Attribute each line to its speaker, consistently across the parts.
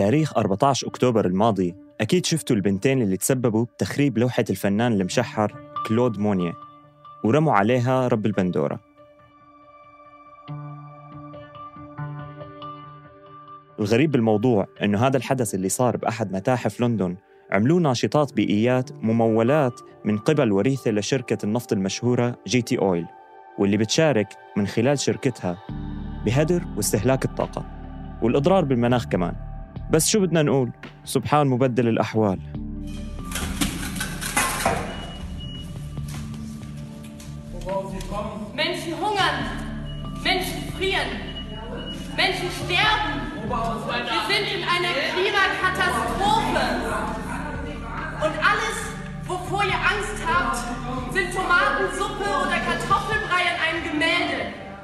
Speaker 1: بتاريخ 14 أكتوبر الماضي أكيد شفتوا البنتين اللي تسببوا بتخريب لوحة الفنان المشحر كلود مونيه ورموا عليها رب البندورة. الغريب بالموضوع إنه هذا الحدث اللي صار بأحد متاحف لندن عملوه ناشطات بيئيات ممولات من قبل وريثة لشركة النفط المشهورة GT Oil، واللي بتشارك من خلال شركتها بهدر واستهلاك الطاقة والإضرار بالمناخ كمان. بس شو بدنا نقول؟ سبحان مبدل الأحوال.
Speaker 2: Menschen hungern, Menschen frieren, Menschen sterben. Wir sind in einer Klimakatastrophe. Und alles, wovor ihr Angst habt, sind Tomatensuppe oder Kartoffelbrei in einem Gemälde.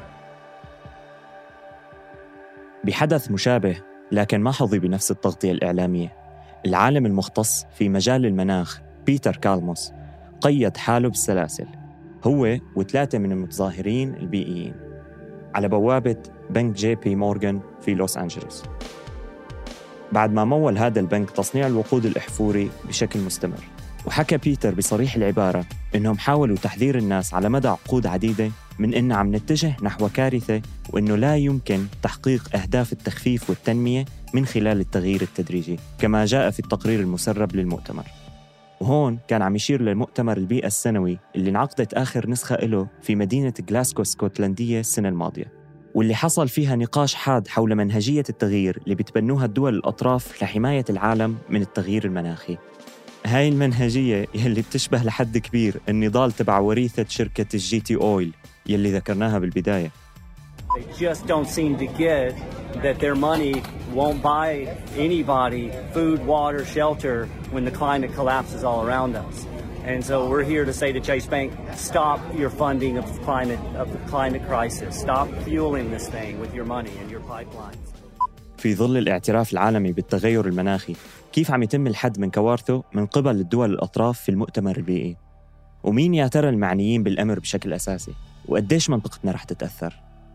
Speaker 1: بحدث مشابه لكن ما حظي بنفس التغطية الإعلامية، العالم المختص في مجال المناخ بيتر كالموس قيد حاله بالسلاسل هو و3 من المتظاهرين البيئيين على بوابة بنك جي بي مورغان في لوس أنجلوس، بعد ما مول هذا البنك تصنيع الوقود الأحفوري بشكل مستمر. وحكى بيتر بصريح العبارة إنهم حاولوا تحذير الناس على مدى عقود عديدة من إن عم نتجه نحو كارثة، وإنه لا يمكن تحقيق أهداف التخفيف والتنمية من خلال التغيير التدريجي كما جاء في التقرير المسرب للمؤتمر. وهون كان عم يشير للمؤتمر البيئة السنوي اللي انعقدت آخر نسخة له في مدينة غلاسكو اسكتلندية السنة الماضية، واللي حصل فيها نقاش حاد حول منهجية التغيير اللي بتبنوها الدول الأطراف لحماية العالم من التغيير المناخي. هاي المنهجية يلي بتشبه لحد كبير النضال تبع وريثة شركة الجي تي أويل يلي ذكرناها بالبداية.
Speaker 3: They just don't seem to get that their money won't buy anybody food, water, shelter when the climate collapses all around us. And so we're here to say to Chase Bank, stop your funding of the climate crisis. Stop fueling this thing with your money and your pipelines.
Speaker 1: في ظل الاعتراف العالمي بالتغير المناخي، كيف عم يتم الحد من كوارثه من قبل الدول الأطراف في المؤتمر البيئي؟ ومين يا ترى المعنيين بالأمر بشكل أساسي؟ وقديش منطقتنا رح تتأثر؟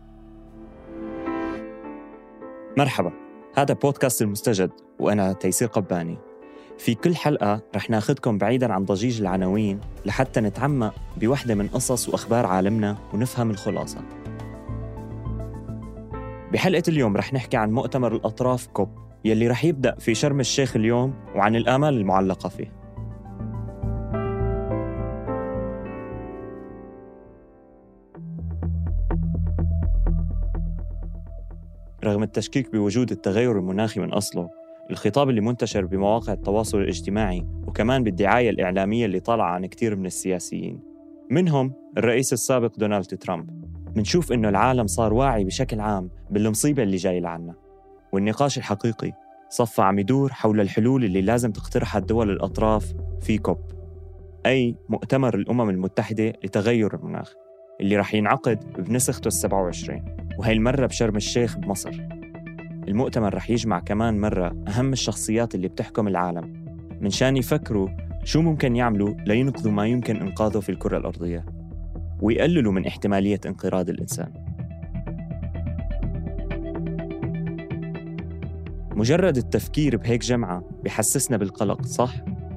Speaker 1: مرحبا، هذا بودكاست المستجد وأنا تيسير قباني. في كل حلقة رح ناخدكم بعيداً عن ضجيج العناوين لحتى نتعمق بوحدة من قصص وأخبار عالمنا ونفهم الخلاصة. بحلقة اليوم رح نحكي عن مؤتمر الأطراف كوب يلي رح يبدأ في شرم الشيخ اليوم وعن الآمال المعلقة فيه. رغم التشكيك بوجود التغير المناخي من أصله، الخطاب اللي منتشر بمواقع التواصل الاجتماعي وكمان بالدعاية الإعلامية اللي طالعة عن كتير من السياسيين منهم الرئيس السابق دونالد ترامب، منشوف إنه العالم صار واعي بشكل عام بالمصيبة اللي جاي لعنا، والنقاش الحقيقي صفى عم يدور حول الحلول اللي لازم تقترحها الدول الأطراف في كوب، أي مؤتمر الأمم المتحدة لتغير المناخ اللي رح ينعقد بنسخته 27 وهي المرة بشرم الشيخ بمصر. المؤتمر رح يجمع كمان مرة أهم الشخصيات اللي بتحكم العالم من شان يفكروا شو ممكن يعملوا لينقذوا ما يمكن إنقاذه في الكرة الأرضية ويقللوا من احتمالية انقراض الإنسان. مجرد التفكير بهيك جمعة بيحسسنا بالقلق، صح؟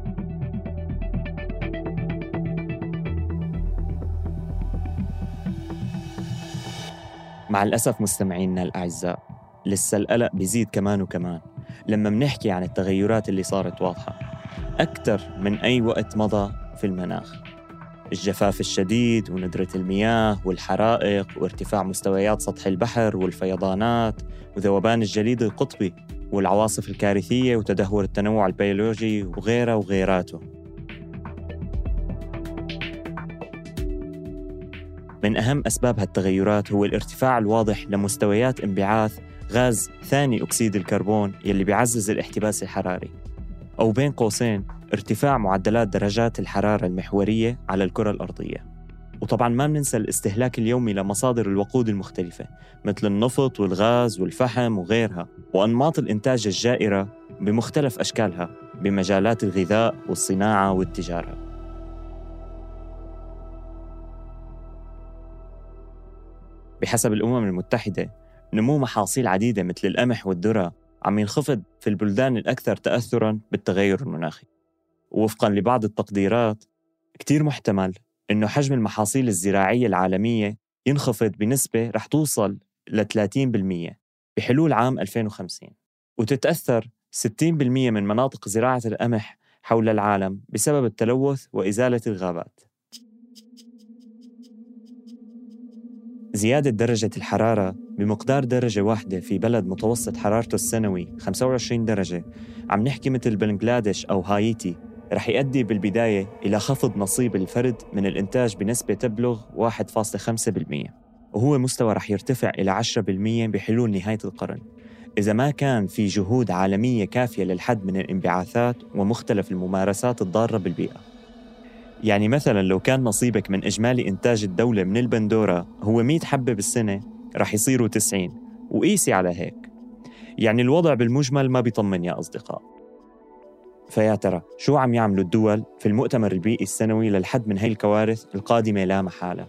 Speaker 1: مع الأسف مستمعينا الأعزاء، لسه القلق بيزيد كمان وكمان لما منحكي عن التغيرات اللي صارت واضحة أكثر من أي وقت مضى في المناخ. الجفاف الشديد وندرة المياه والحرائق وارتفاع مستويات سطح البحر والفيضانات وذوبان الجليد القطبي والعواصف الكارثية وتدهور التنوع البيولوجي وغيرها وغيراته. من أهم أسباب هالتغيرات هو الارتفاع الواضح لمستويات انبعاث غاز ثاني أكسيد الكربون يلي بيعزز الاحتباس الحراري، أو بين قوسين ارتفاع معدلات درجات الحرارة المحورية على الكرة الأرضية. وطبعاً ما بننسى الاستهلاك اليومي لمصادر الوقود المختلفة مثل النفط والغاز والفحم وغيرها، وأنماط الإنتاج الجائرة بمختلف أشكالها بمجالات الغذاء والصناعة والتجارة. بحسب الأمم المتحدة، نمو محاصيل عديدة مثل القمح والذرة عم ينخفض في البلدان الأكثر تأثراً بالتغير المناخي. ووفقاً لبعض التقديرات كتير محتمل إنه حجم المحاصيل الزراعية العالمية ينخفض بنسبة رح توصل ل 30% بحلول عام 2050، وتتأثر 60% من مناطق زراعة القمح حول العالم بسبب التلوث وإزالة الغابات. زيادة درجة الحرارة بمقدار درجة واحدة في بلد متوسط حرارته السنوي 25 درجة، عم نحكي مثل بنغلاديش أو هايتي، رح يؤدي بالبداية إلى خفض نصيب الفرد من الإنتاج بنسبة تبلغ 1.5%، وهو مستوى رح يرتفع إلى 10% بحلول نهاية القرن إذا ما كان في جهود عالمية كافية للحد من الانبعاثات ومختلف الممارسات الضارة بالبيئة. يعني مثلاً لو كان نصيبك من إجمالي إنتاج الدولة من البندورة هو 100 حبة بالسنة، رح يصيروا 90، وقيسي على هيك. يعني الوضع بالمجمل ما بيطمن يا أصدقاء. فيا ترى شو عم يعملوا الدول في المؤتمر البيئي السنوي للحد من هاي الكوارث القادمة لا محالة؟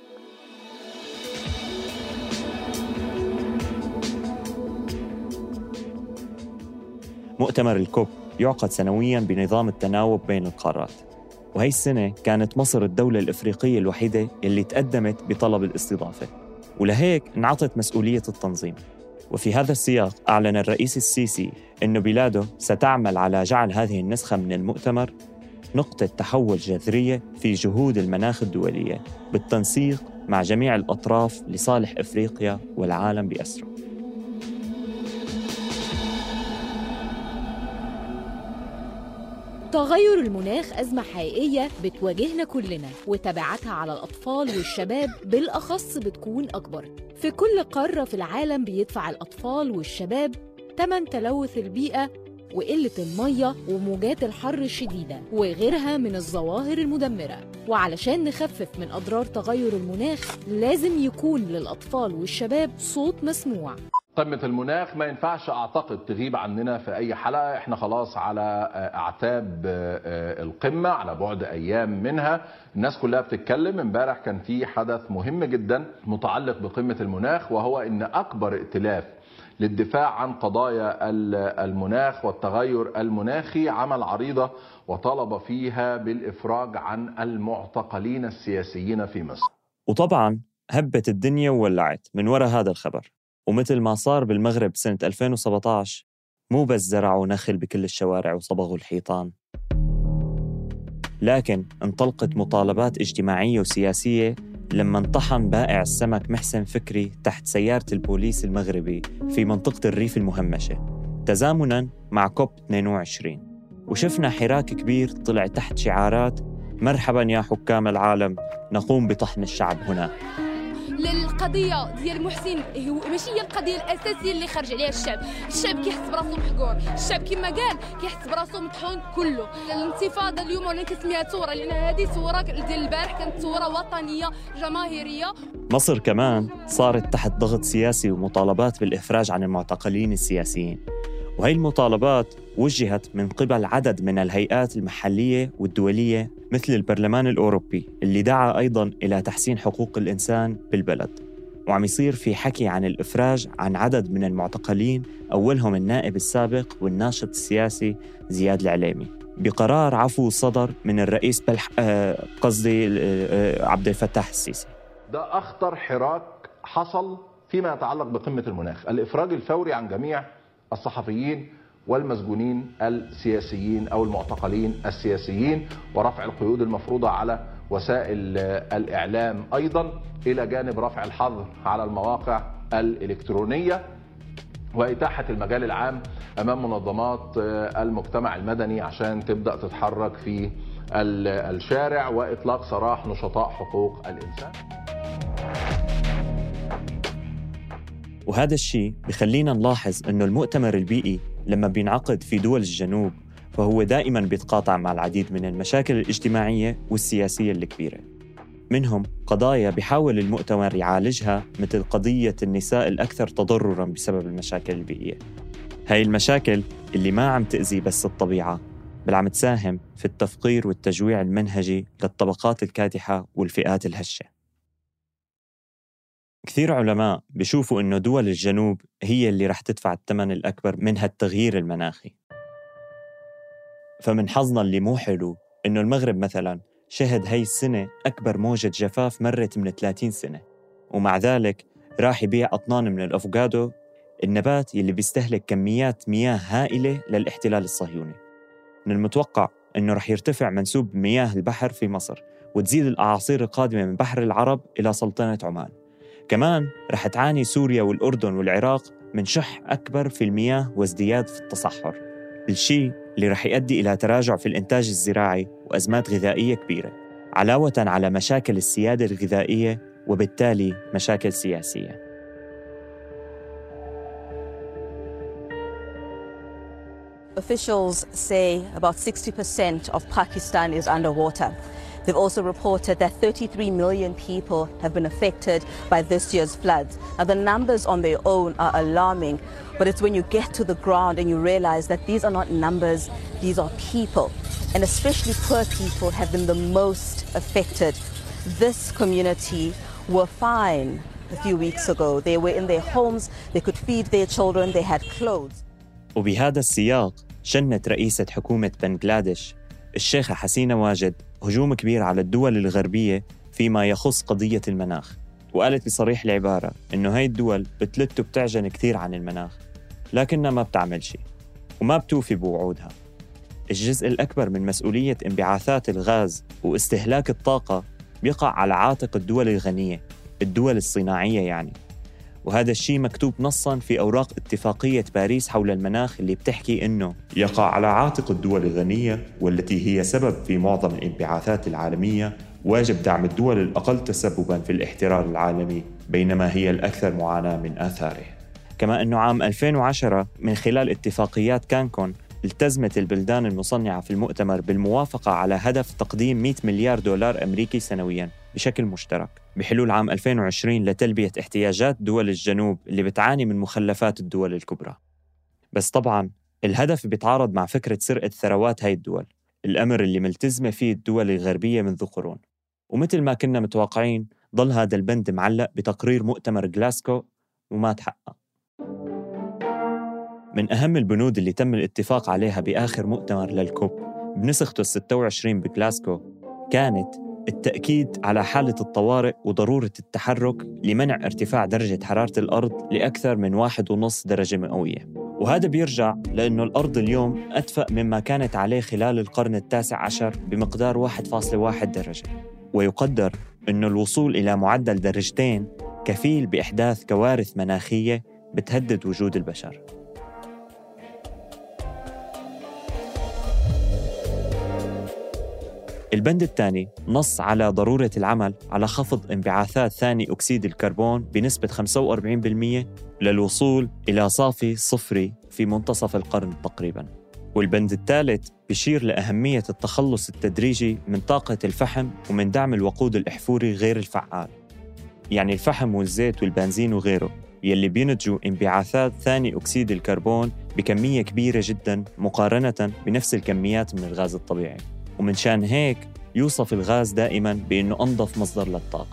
Speaker 1: مؤتمر الكوب يعقد سنوياً بنظام التناوب بين القارات، وهي السنة كانت مصر الدولة الإفريقية الوحيدة اللي تقدمت بطلب الاستضافة، ولهيك انعطت مسؤولية التنظيم. وفي هذا السياق أعلن الرئيس السيسي أن بلاده ستعمل على جعل هذه النسخة من المؤتمر نقطة تحول جذرية في جهود المناخ الدولية بالتنسيق مع جميع الأطراف لصالح إفريقيا والعالم بأسره.
Speaker 4: تغير المناخ أزمة حقيقية بتواجهنا كلنا، وتبعاتها على الأطفال والشباب بالأخص بتكون أكبر. في كل قارة في العالم بيدفع الأطفال والشباب ثمن تلوث البيئة وقلة المية وموجات الحر الشديدة وغيرها من الظواهر المدمرة. وعلشان نخفف من أضرار تغير المناخ لازم يكون للأطفال والشباب صوت مسموع.
Speaker 5: قمة المناخ ما ينفعش أعتقد تغيب عننا في أي حلقة، إحنا خلاص على أعتاب القمة، على بعد أيام منها. الناس كلها بتتكلم. امبارح كان في حدث مهم جدا متعلق بقمة المناخ، وهو إن أكبر ائتلاف للدفاع عن قضايا المناخ والتغير المناخي عمل عريضة وطلب فيها بالإفراج عن المعتقلين السياسيين في مصر.
Speaker 1: وطبعاً هبت الدنيا وولعت من وراء هذا الخبر. ومثل ما صار بالمغرب سنة 2017، مو بس زرعوا نخل بكل الشوارع وصبغوا الحيطان، لكن انطلقت مطالبات اجتماعية وسياسية لما انطحن بائع السمك محسن فكري تحت سيارة البوليس المغربي في منطقة الريف المهمشة تزامناً مع كوب 22. وشفنا حراك كبير طلع تحت شعارات مرحباً يا حكام العالم، نقوم بطحن الشعب هنا.
Speaker 6: للقضيه ديال محسن هو ماشي هي القضيه الاساسيه اللي خرج عليها الشعب كيحس براسو محقور، الشعب كما قال كيحس براسو مطحون كله. الانتفاضه اليوم وانا كنسميها ثوره لان هذه ثوره ديال البارح كانت ثوره وطنيه جماهيريه.
Speaker 1: مصر كمان صارت تحت ضغط سياسي ومطالبات بالإفراج عن المعتقلين السياسيين، وهي المطالبات وجهت من قبل عدد من الهيئات المحلية والدولية مثل البرلمان الأوروبي اللي دعا أيضاً إلى تحسين حقوق الإنسان بالبلد. وعم يصير في حكي عن الإفراج عن عدد من المعتقلين، أولهم النائب السابق والناشط السياسي زياد العليمي بقرار عفو صدر من الرئيس عبد الفتاح السيسي.
Speaker 5: ده أخطر حراك حصل فيما يتعلق بقمة المناخ، الإفراج الفوري عن جميع الصحفيين والمسجونين السياسيين أو المعتقلين السياسيين، ورفع القيود المفروضة على وسائل الإعلام أيضا، إلى جانب رفع الحظر على المواقع الإلكترونية، وإتاحة المجال العام أمام منظمات المجتمع المدني عشان تبدأ تتحرك في الشارع، وإطلاق سراح نشطاء حقوق الإنسان.
Speaker 1: وهذا الشيء بخلينا نلاحظ أنه المؤتمر البيئي لما بينعقد في دول الجنوب فهو دائماً بيتقاطع مع العديد من المشاكل الاجتماعية والسياسية الكبيرة. منهم قضايا بيحاول المؤتمر يعالجها مثل قضية النساء الأكثر تضرراً بسبب المشاكل البيئية. هاي المشاكل اللي ما عم تأذي بس الطبيعة، بل عم تساهم في التفقير والتجويع المنهجي للطبقات الكادحة والفئات الهشة. كثير علماء بيشوفوا إنه دول الجنوب هي اللي رح تدفع الثمن الأكبر من هالتغيير المناخي. فمن حظنا اللي مو حلو إنه المغرب مثلاً شهد هاي السنة أكبر موجة جفاف مرت من 30 سنة، ومع ذلك راح يبيع أطنان من الأفوكادو، النبات يلي بيستهلك كميات مياه هائلة للاحتلال الصهيوني. من المتوقع إنه رح يرتفع منسوب مياه البحر في مصر، وتزيد الأعاصير القادمة من بحر العرب إلى سلطنة عمان. كمان رح تعاني سوريا والأردن والعراق من شح أكبر في المياه وازدياد في التصحر، الشيء اللي رح يؤدي إلى تراجع في الإنتاج الزراعي وأزمات غذائية كبيرة، علاوة على مشاكل السيادة الغذائية وبالتالي مشاكل سياسية.
Speaker 7: Officials say about 60% of Pakistan is underwater. They've also reported that 33 million people have been affected by this year's floods. Now, the numbers on their own are alarming, but it's when you get to the ground and you realize that these are not numbers, these are people. And especially poor people have been the most affected. This community were fine a few weeks ago. They were in their homes, they could feed their children, they had clothes.
Speaker 1: وبهذا السياق شنت رئيسة حكومة بنغلاديش الشيخة حسينة واجد هجوم كبير على الدول الغربية فيما يخص قضية المناخ، وقالت بصريح العبارة إنه هاي الدول بتلت وبتعجن كثير عن المناخ لكنها ما بتعمل شيء وما بتوفي بوعودها. الجزء الأكبر من مسؤولية انبعاثات الغاز واستهلاك الطاقة بيقع على عاتق الدول الغنية، الدول الصناعية يعني، وهذا الشيء مكتوب نصاً في أوراق اتفاقية باريس حول المناخ اللي بتحكي إنه
Speaker 8: يقع على عاتق الدول الغنية والتي هي سبب في معظم الانبعاثات العالمية، واجب دعم الدول الأقل تسبباً في الاحترار العالمي بينما هي الأكثر معاناة من آثاره.
Speaker 1: كما أنه عام 2010 من خلال اتفاقيات كانكون التزمت البلدان المصنعة في المؤتمر بالموافقة على هدف تقديم 100 مليار دولار أمريكي سنوياً بشكل مشترك بحلول عام 2020 لتلبية احتياجات دول الجنوب اللي بتعاني من مخلفات الدول الكبرى. بس طبعاً الهدف بيتعارض مع فكرة سرقة ثروات هاي الدول، الأمر اللي ملتزمة فيه الدول الغربية منذ قرون. ومثل ما كنا متوقعين ضل هذا البند معلق بتقرير مؤتمر غلاسكو وما تحقق. من أهم البنود اللي تم الاتفاق عليها بآخر مؤتمر للكوب بنسخته 26 بغلاسكو كانت التأكيد على حالة الطوارئ وضرورة التحرك لمنع ارتفاع درجة حرارة الأرض لأكثر من 1.5 درجة مئوية. وهذا بيرجع لأنه الأرض اليوم أدفأ مما كانت عليه خلال القرن التاسع عشر بمقدار 1.1 درجة، ويقدر أنه الوصول إلى معدل درجتين كفيل بإحداث كوارث مناخية بتهدد وجود البشر. البند الثاني نص على ضرورة العمل على خفض انبعاثات ثاني أكسيد الكربون بنسبة 45% للوصول إلى صافي صفري في منتصف القرن تقريباً. والبند الثالث بيشير لأهمية التخلص التدريجي من طاقة الفحم ومن دعم الوقود الأحفوري غير الفعال، يعني الفحم والزيت والبنزين وغيره، يلي بينتجوا انبعاثات ثاني أكسيد الكربون بكمية كبيرة جداً مقارنة بنفس الكميات من الغاز الطبيعي، ومن شان هيك يوصف الغاز دائماً بأنه أنظف مصدر للطاقة.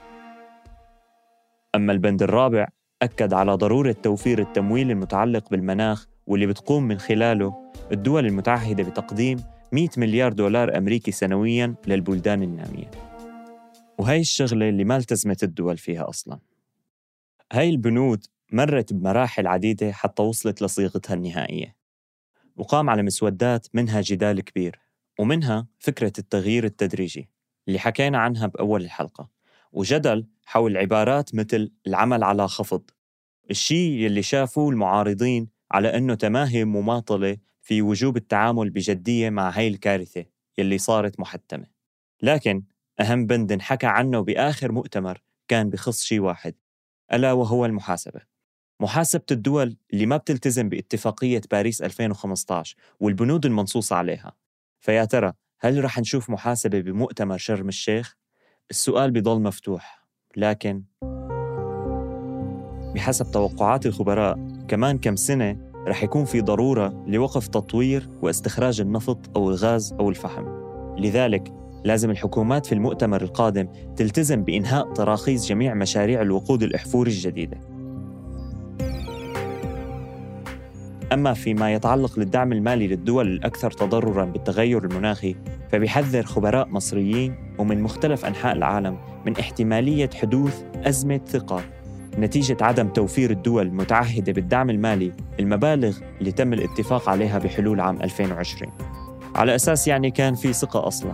Speaker 1: أما البند الرابع أكد على ضرورة توفير التمويل المتعلق بالمناخ واللي بتقوم من خلاله الدول المتعهدة بتقديم 100 مليار دولار أمريكي سنوياً للبلدان النامية، وهي الشغلة اللي ما التزمت الدول فيها أصلاً. هاي البنود مرت بمراحل عديدة حتى وصلت لصيغتها النهائية، وقام على مسودات منها جدال كبير، ومنها فكرة التغيير التدريجي اللي حكينا عنها بأول الحلقة، وجدل حول عبارات مثل العمل على خفض، الشيء يلي شافوه المعارضين على أنه تماهي مماطلة في وجوب التعامل بجدية مع هاي الكارثة يلي صارت محتمة. لكن أهم بند انحكى عنه بآخر مؤتمر كان بخص شيء واحد، ألا وهو المحاسبة. محاسبة الدول اللي ما بتلتزم باتفاقية باريس 2015 والبنود المنصوصة عليها. فيا ترى هل رح نشوف محاسبة بمؤتمر شرم الشيخ؟ السؤال بيضل مفتوح، لكن بحسب توقعات الخبراء كمان كم سنة رح يكون في ضرورة لوقف تطوير واستخراج النفط أو الغاز أو الفحم. لذلك لازم الحكومات في المؤتمر القادم تلتزم بإنهاء تراخيص جميع مشاريع الوقود الأحفوري الجديدة. أما فيما يتعلق للدعم المالي للدول الأكثر تضرراً بالتغير المناخي، فبيحذر خبراء مصريين ومن مختلف أنحاء العالم من احتمالية حدوث أزمة ثقة نتيجة عدم توفير الدول المتعهدة بالدعم المالي المبالغ اللي تم الاتفاق عليها بحلول عام 2020، على أساس يعني كان في ثقة أصلاً.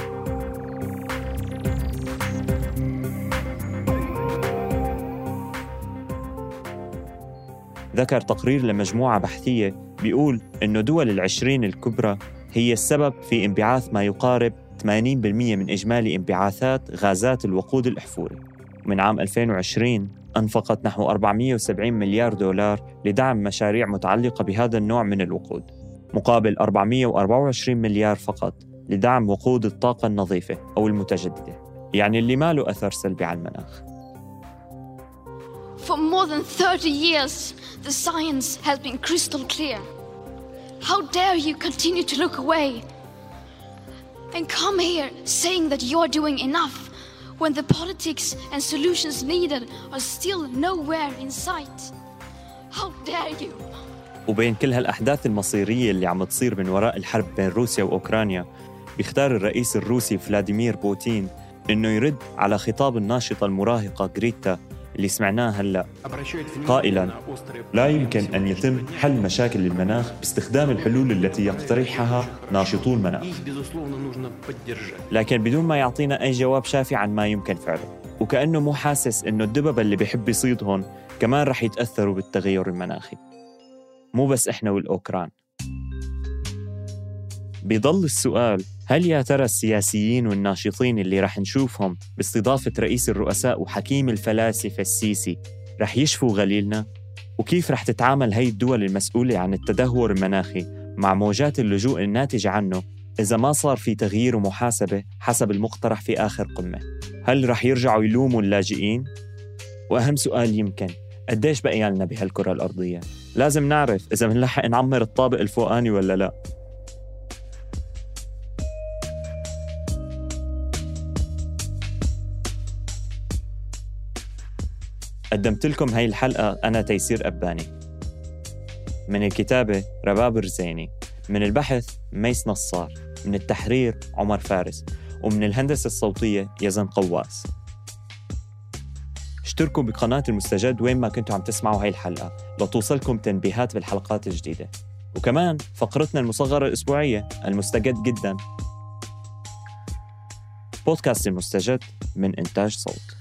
Speaker 1: ذكر تقرير لمجموعة بحثية بيقول إنه دول ال20 الكبرى هي السبب في انبعاث ما يقارب 80% من إجمالي انبعاثات غازات الوقود الأحفوري. من عام 2020 أنفقت نحو 470 مليار دولار لدعم مشاريع متعلقة بهذا النوع من الوقود، مقابل 424 مليار فقط لدعم وقود الطاقة النظيفة أو المتجددة، يعني اللي ما له أثر سلبي على المناخ.
Speaker 6: For more than 30 years, the science has been crystal clear. How dare you continue to look away and come here saying that you're doing enough when the politics and solutions needed are still nowhere in sight? How dare you?
Speaker 1: وبين كل هالأحداث المصيرية اللي عم تصير من وراء الحرب بين روسيا وأوكرانيا، بيختار الرئيس الروسي فلاديمير بوتين إنه يرد على خطاب الناشطة المراهقة غريتا اللي سمعناه هلأ، قائلاً:
Speaker 8: لا يمكن أن يتم حل مشاكل المناخ باستخدام الحلول التي يقترحها ناشطو المناخ،
Speaker 1: لكن بدون ما يعطينا أي جواب شافي عن ما يمكن فعله، وكأنه مو حاسس إنه الدببة اللي بيحب يصيدهم كمان رح يتأثروا بالتغير المناخي، مو بس إحنا والأوكران. بيضل السؤال: هل يا ترى السياسيين والناشطين اللي رح نشوفهم باستضافة رئيس الرؤساء وحكيم الفلاسفة السيسي رح يشفوا غليلنا؟ وكيف رح تتعامل هاي الدول المسؤولة عن التدهور المناخي مع موجات اللجوء الناتجة عنه إذا ما صار في تغيير ومحاسبة حسب المقترح في آخر قمة؟ هل رح يرجعوا يلوموا اللاجئين؟ وأهم سؤال يمكن: قديش بقي لنا بهالكرة الأرضية؟ لازم نعرف إذا منلحق نعمر الطابق الفوقاني ولا لا. قدمت لكم هاي الحلقة أنا تيسير أباني، من الكتابة رباب رزيني، من البحث ميس نصار، من التحرير عمر فارس، ومن الهندسة الصوتية يزن قواس. اشتركوا بقناة المستجد وين ما كنتوا عم تسمعوا هاي الحلقة لتوصلكم تنبيهات بالحلقات الجديدة، وكمان فقرتنا المصغرة الأسبوعية المستجد جدا. بودكاست المستجد من إنتاج صوت.